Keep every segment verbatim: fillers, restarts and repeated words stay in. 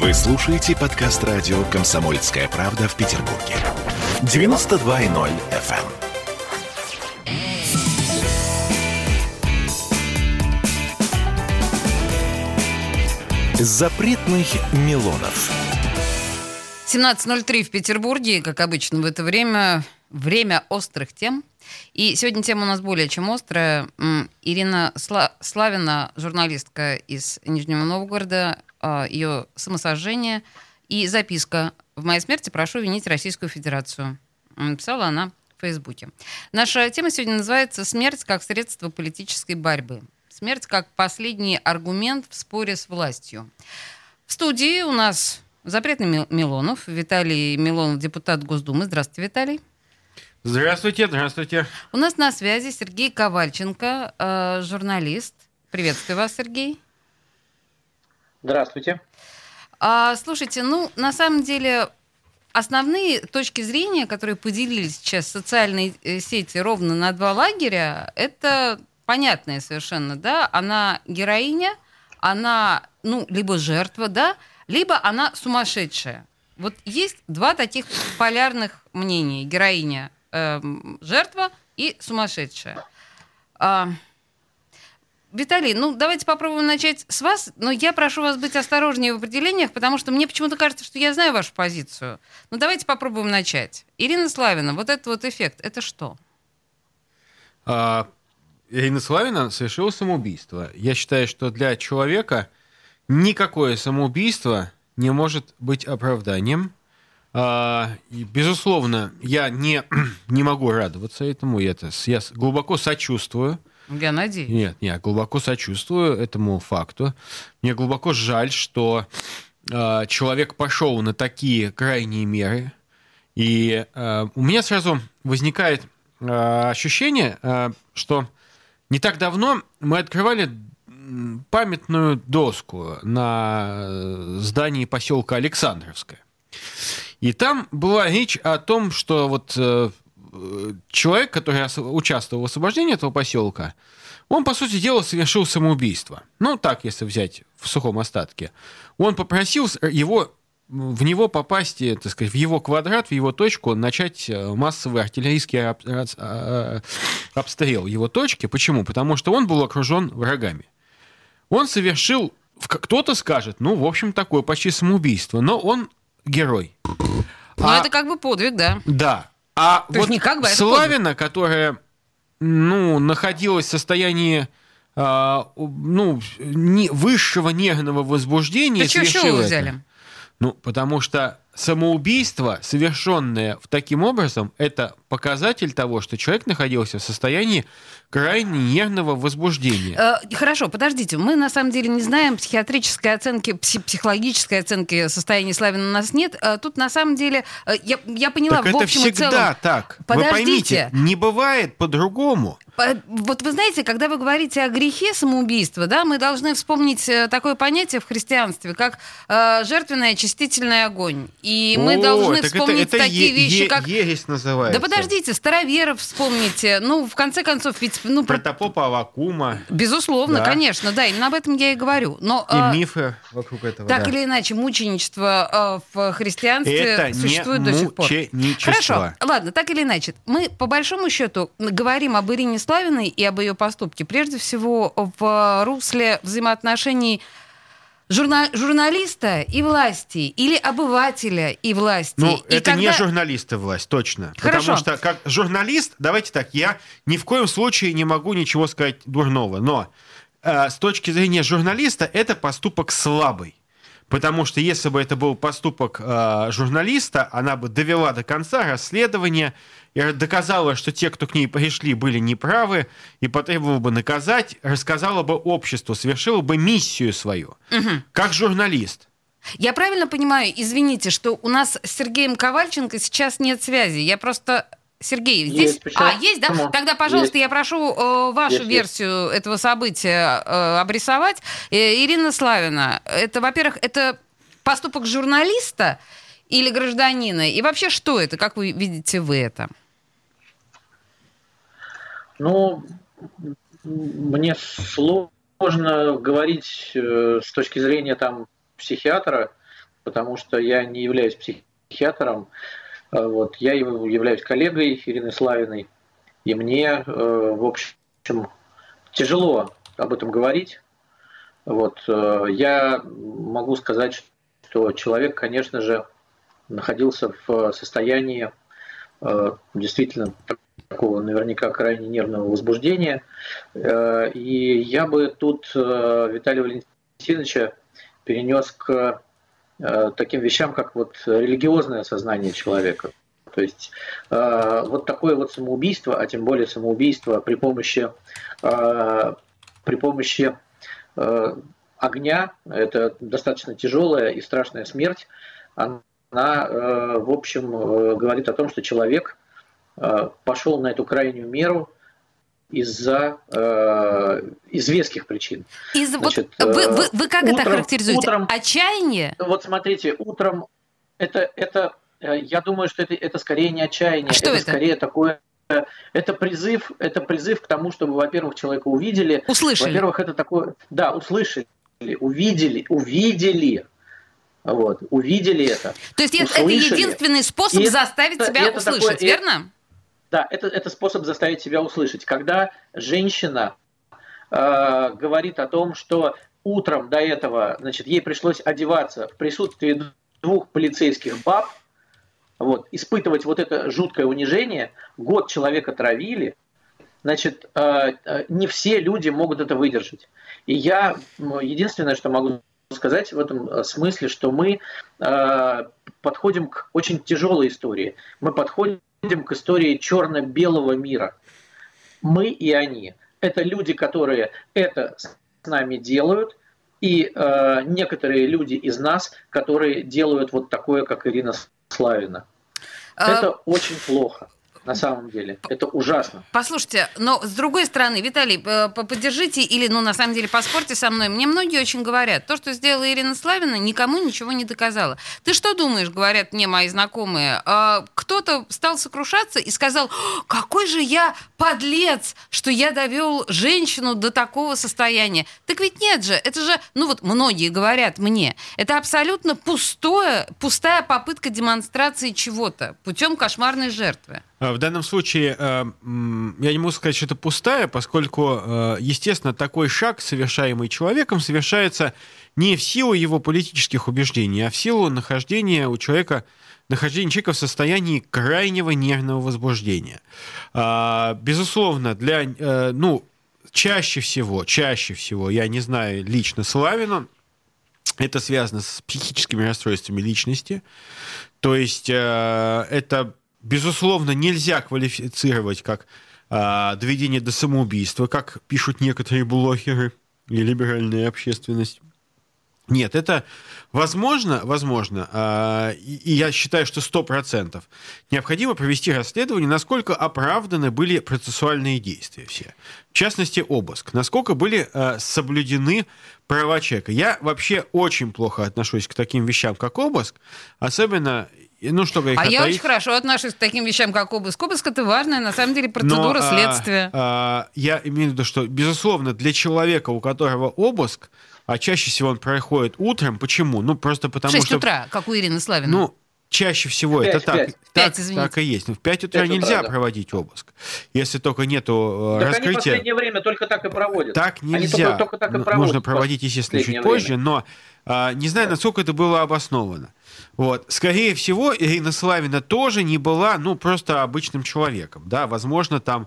Вы слушаете подкаст радио «Комсомольская правда» в Петербурге. девяносто два и ноль эф эм. Запретных Милонов. семнадцать ноль три в Петербурге, как обычно в это время, время острых тем. И сегодня тема у нас более чем острая. Ирина Сла- Славина, журналистка из Нижнего Новгорода, ее самосожжение и записка: «В моей смерти прошу винить Российскую Федерацию». Написала она в Фейсбуке. Наша тема сегодня называется «Смерть как средство политической борьбы». Смерть как последний аргумент в споре с властью. В студии у нас запретный Милонов, Виталий Милонов, депутат Госдумы. Здравствуйте, Виталий. Здравствуйте, здравствуйте. У нас на связи Сергей Ковальченко, э, журналист. Приветствую вас, Сергей. Здравствуйте. А, слушайте, ну, на самом деле, основные точки зрения, которые поделили сейчас социальные сети ровно на два лагеря, это понятная совершенно, да, она героиня, она, ну, либо жертва, да, либо она сумасшедшая. Вот есть два таких полярных мнения: героиня, э, жертва и сумасшедшая. А, Виталий, ну, давайте попробуем начать с вас, но я прошу вас быть осторожнее в определениях, потому что мне почему-то кажется, что я знаю вашу позицию. Но давайте попробуем начать. Ирина Славина, вот этот вот эффект, это что? А, Ирина Славина совершила самоубийство. Я считаю, что для человека никакое самоубийство не может быть оправданием. А, и, безусловно, я не, не могу радоваться этому. Я, это, я глубоко сочувствую. Я надеюсь. Нет, я глубоко сочувствую этому факту. Мне глубоко жаль, что э, человек пошел на такие крайние меры. И э, у меня сразу возникает э, ощущение, э, что не так давно мы открывали памятную доску на здании поселка Александровское. И там была речь о том, что вот э, человек, который участвовал в освобождении этого поселка, он, по сути дела, совершил самоубийство. Ну, так, если взять в сухом остатке. Он попросил его, в него попасть, так сказать, в его квадрат, в его точку, начать массовый артиллерийский обстрел его точки. Почему? Потому что он был окружен врагами. Он совершил, кто-то скажет, ну, в общем, такое почти самоубийство, но он герой. Ну, а, это как бы подвиг, да. Да. А То вот не как бы, Славина, которая, ну, находилась в состоянии, э, ну, не, высшего нервного возбуждения, да чего, чего вы взяли? Это. Ну, потому что самоубийство, совершенное таким образом, это показатель того, что человек находился в состоянии крайне нервного возбуждения. Э, хорошо, подождите. Мы, на самом деле, не знаем психиатрической оценки, пси- психологической оценки состояния Славина у нас нет. А тут, на самом деле, э, я, я поняла, так в это общем и всегда целом... так. Подождите. Вы поймите, не бывает по-другому. Вот вы знаете, когда вы говорите о грехе самоубийства, да, мы должны вспомнить такое понятие в христианстве, как э, жертвенный очистительный огонь. И мы О, должны так вспомнить это, это такие е- вещи, е- как... ересь называется. Да подождите, староверов вспомните. Ну, в конце концов, ведь... Ну, Протопопа Аввакума. Безусловно, да. Конечно, да, именно об этом я и говорю. Но, и э, мифы вокруг этого. Так да. или иначе, мученичество э, в христианстве это существует не до сих пор. мученичество. Хорошо, ладно, так или иначе. Мы, по большому счету, говорим об Ирине Славиной и об ее поступке. Прежде всего, в русле взаимоотношений журна- журналиста и власти, или обывателя и власти. Ну, и это когда... не журналист и власть, точно. Хорошо. Потому что, как журналист, давайте так, я ни в коем случае не могу ничего сказать дурного, но э, с точки зрения журналиста это поступок слабый. Потому что если бы это был поступок э, журналиста, она бы довела до конца расследование и доказала, что те, кто к ней пришли, были неправы, и потребовала бы наказать, рассказала бы обществу, совершила бы миссию свою, угу. как журналист. Я правильно понимаю, извините, что у нас с Сергеем Ковальченко сейчас нет связи? Я просто... Сергей, здесь... Есть, а, есть, да? Почему? Тогда, пожалуйста, есть. я прошу э, вашу есть, версию есть. этого события э, обрисовать. Э, Ирина Славина, это, во-первых, это поступок журналиста или гражданина? И вообще, что это? Как вы видите вы это? Ну, мне сложно говорить э, с точки зрения там психиатра, потому что я не являюсь психиатром. Вот, я являюсь коллегой Ирины Славиной, и мне, в общем, тяжело об этом говорить. Вот, я могу сказать, что человек, конечно же, находился в состоянии действительно такого наверняка крайне нервного возбуждения. И я бы тут Виталия Валентиновича перенес к таким вещам, как вот религиозное сознание человека. То есть вот такое вот самоубийство, а тем более самоубийство при помощи, при помощи огня, это достаточно тяжелая и страшная смерть, она, в общем, говорит о том, что человек пошел на эту крайнюю меру из-за э, из веских причин. Из, Значит, вот, вы, вы, вы как утром, это характеризуете? Утром, отчаяние? Вот смотрите, утром это, это я думаю, что это, это скорее не отчаяние, а что это, это скорее такое, это призыв, это призыв к тому, чтобы, во-первых, человека увидели. Услышали. Во-первых, это такое, да, услышали, увидели, увидели. Вот, увидели это. То есть услышали. Это единственный способ и заставить это, себя это услышать, такое, верно? Да, это, это способ заставить себя услышать. Когда женщина э, говорит о том, что утром до этого, значит, ей пришлось одеваться в присутствии двух полицейских баб, вот, испытывать вот это жуткое унижение, год человека травили, значит, э, э, не все люди могут это выдержать. И я единственное, что могу сказать в этом смысле, что мы э, подходим к очень тяжелой истории. Мы подходим к истории черно-белого мира. Мы и они. Это люди, которые это с нами делают, и э, некоторые люди из нас, которые делают вот такое, как Ирина Славина. А... Это очень плохо. На самом деле. Это ужасно. Послушайте, но с другой стороны, Виталий, поддержите или, ну, на самом деле, поспорьте со мной. Мне многие очень говорят, то, что сделала Ирина Славина, никому ничего не доказала. Ты что думаешь, говорят мне мои знакомые, кто-то стал сокрушаться и сказал, какой же я подлец, что я довел женщину до такого состояния. Так ведь нет же, это же, ну вот многие говорят мне, это абсолютно пустое, пустая попытка демонстрации чего-то путем кошмарной жертвы. В данном случае я не могу сказать, что это пустая, поскольку, естественно, такой шаг, совершаемый человеком, совершается не в силу его политических убеждений, а в силу нахождения у человека, нахождения человека в состоянии крайнего нервного возбуждения. Безусловно, для, ну, чаще всего, чаще всего, я не знаю лично Славину, это связано с психическими расстройствами личности, то есть это... Безусловно, нельзя квалифицировать как а, доведение до самоубийства, как пишут некоторые блогеры и либеральная общественность. Нет, это возможно, возможно, а, и, и я считаю, что сто процентов необходимо провести расследование, насколько оправданы были процессуальные действия все. В частности, обыск. Насколько были а, соблюдены права человека. Я вообще очень плохо отношусь к таким вещам, как обыск, особенно... Ну, что а я очень хорошо отношусь к таким вещам, как обыск. Обыск — это важная, на самом деле, процедура Но, следствия. А, а, я имею в виду, что, безусловно, для человека, у которого обыск, а чаще всего он проходит утром, почему? Ну, просто потому что... В шесть утра, как у Ирины Славиной. Ну, чаще всего пять, это так, пять. Так, пять, так и есть. Но в пять утра нельзя утра, проводить да. обыск, если только нету так раскрытия. Они в последнее время только так и проводят. Так нельзя. Они только, только так и проводят. Можно проводить, естественно, чуть время. позже, но а, не знаю, насколько это было обосновано. Вот. Скорее всего, Ирина Славина тоже не была, ну, просто обычным человеком, да, возможно, там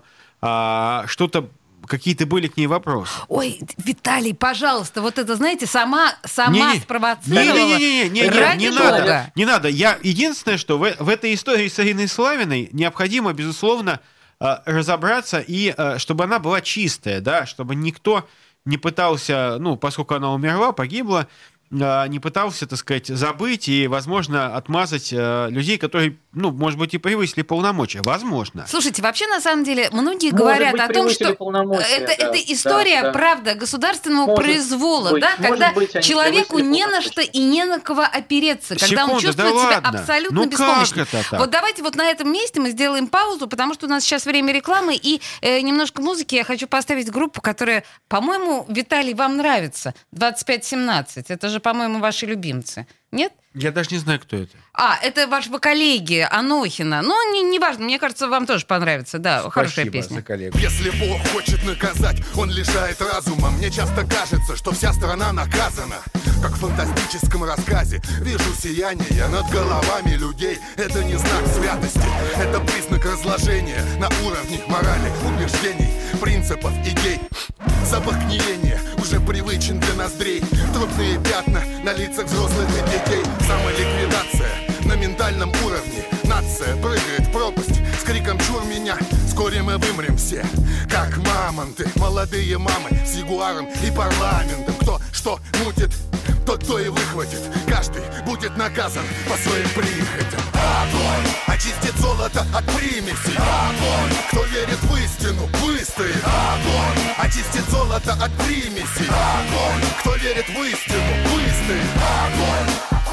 а, что-то, какие-то были к ней вопросы. Ой, Виталий, пожалуйста, вот это, знаете, сама, сама не, спровоцировала. Не-не-не, не, не, не надо, не надо. Я, единственное, что в, в этой истории с Ириной Славиной необходимо, безусловно, разобраться, и чтобы она была чистая, да, чтобы никто не пытался, ну, поскольку она умерла, погибла, не пытался, так сказать, забыть и, возможно, отмазать э, людей, которые, ну, может быть, и превысили полномочия. Возможно. Слушайте, вообще, на самом деле, многие может говорят быть, о том, что это, да, это история, да, правда, государственного может произвола, быть, да, когда быть, человеку не на что и не на кого опереться, когда Секунду, он чувствует да себя ладно. абсолютно ну, беспомощным. Вот давайте вот на этом месте мы сделаем паузу, потому что у нас сейчас время рекламы и э, немножко музыки. Я хочу поставить группу, которая, по-моему, Виталий, вам нравится. двадцать пять семнадцать. Это же, по-моему, ваши любимцы. Нет? Я даже не знаю, кто это. А, это вашего коллеги Анохина. Ну, не, не важно, мне кажется, вам тоже понравится. Да, Спасибо хорошая песня. за коллегу. Если Бог хочет наказать, он лишает разума. Мне часто кажется, что вся страна наказана. Как в фантастическом рассказе. Вижу сияние над головами людей. Это не знак святости, это признак разложения на уровне морали, убеждений, принципов, идей. Запах гниения уже привычен для ноздрей. Трупные пятна на лицах взрослых и детей. Самоликвидация на ментальном уровне. Нация прыгает в пропасть с криком «Чур меня!» Вскоре мы вымрем все, как мамонты. Молодые мамы с ягуаром и парламентом. Кто что мутит, тот кто и выхватит. Каждый будет наказан по своим прихотям. Огонь! Очистит золото от примесей. Огонь! Кто верит в истину, выстоит. Огонь! Очистит золото от примесей. Огонь! Кто верит в истину, выстоит. Огонь!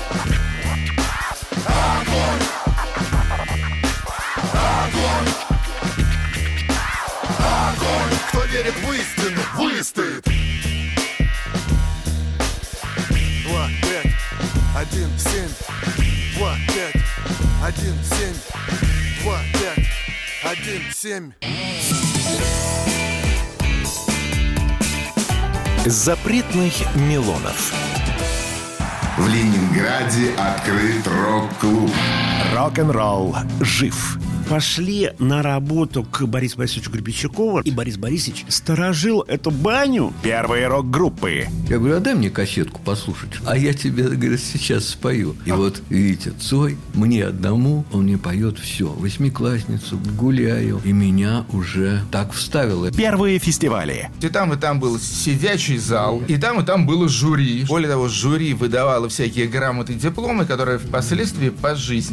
Огонь! Огонь! Огонь! Кто верит в истину, выстоит. Два, пять, один, семь. Два, пять, один, семь. Два, пять, один, семь. Запретных Милонов. В Ленинграде открыт рок-клуб. Рок-н-ролл жив. Пошли на работу к Борису Борисовичу Гребенщикову, и Борис Борисович сторожил эту баню. Первые рок-группы. Я говорю, а дай мне кассетку послушать. А я тебе, говорит, сейчас спою. И вот, видите, Цой, мне одному, он мне поет все. Восьмиклассницу, гуляю. И меня уже так вставило. Первые фестивали. И там, и там был сидячий зал, и там, и там было жюри. Более того, жюри выдавало всякие грамоты и дипломы, которые впоследствии по жизни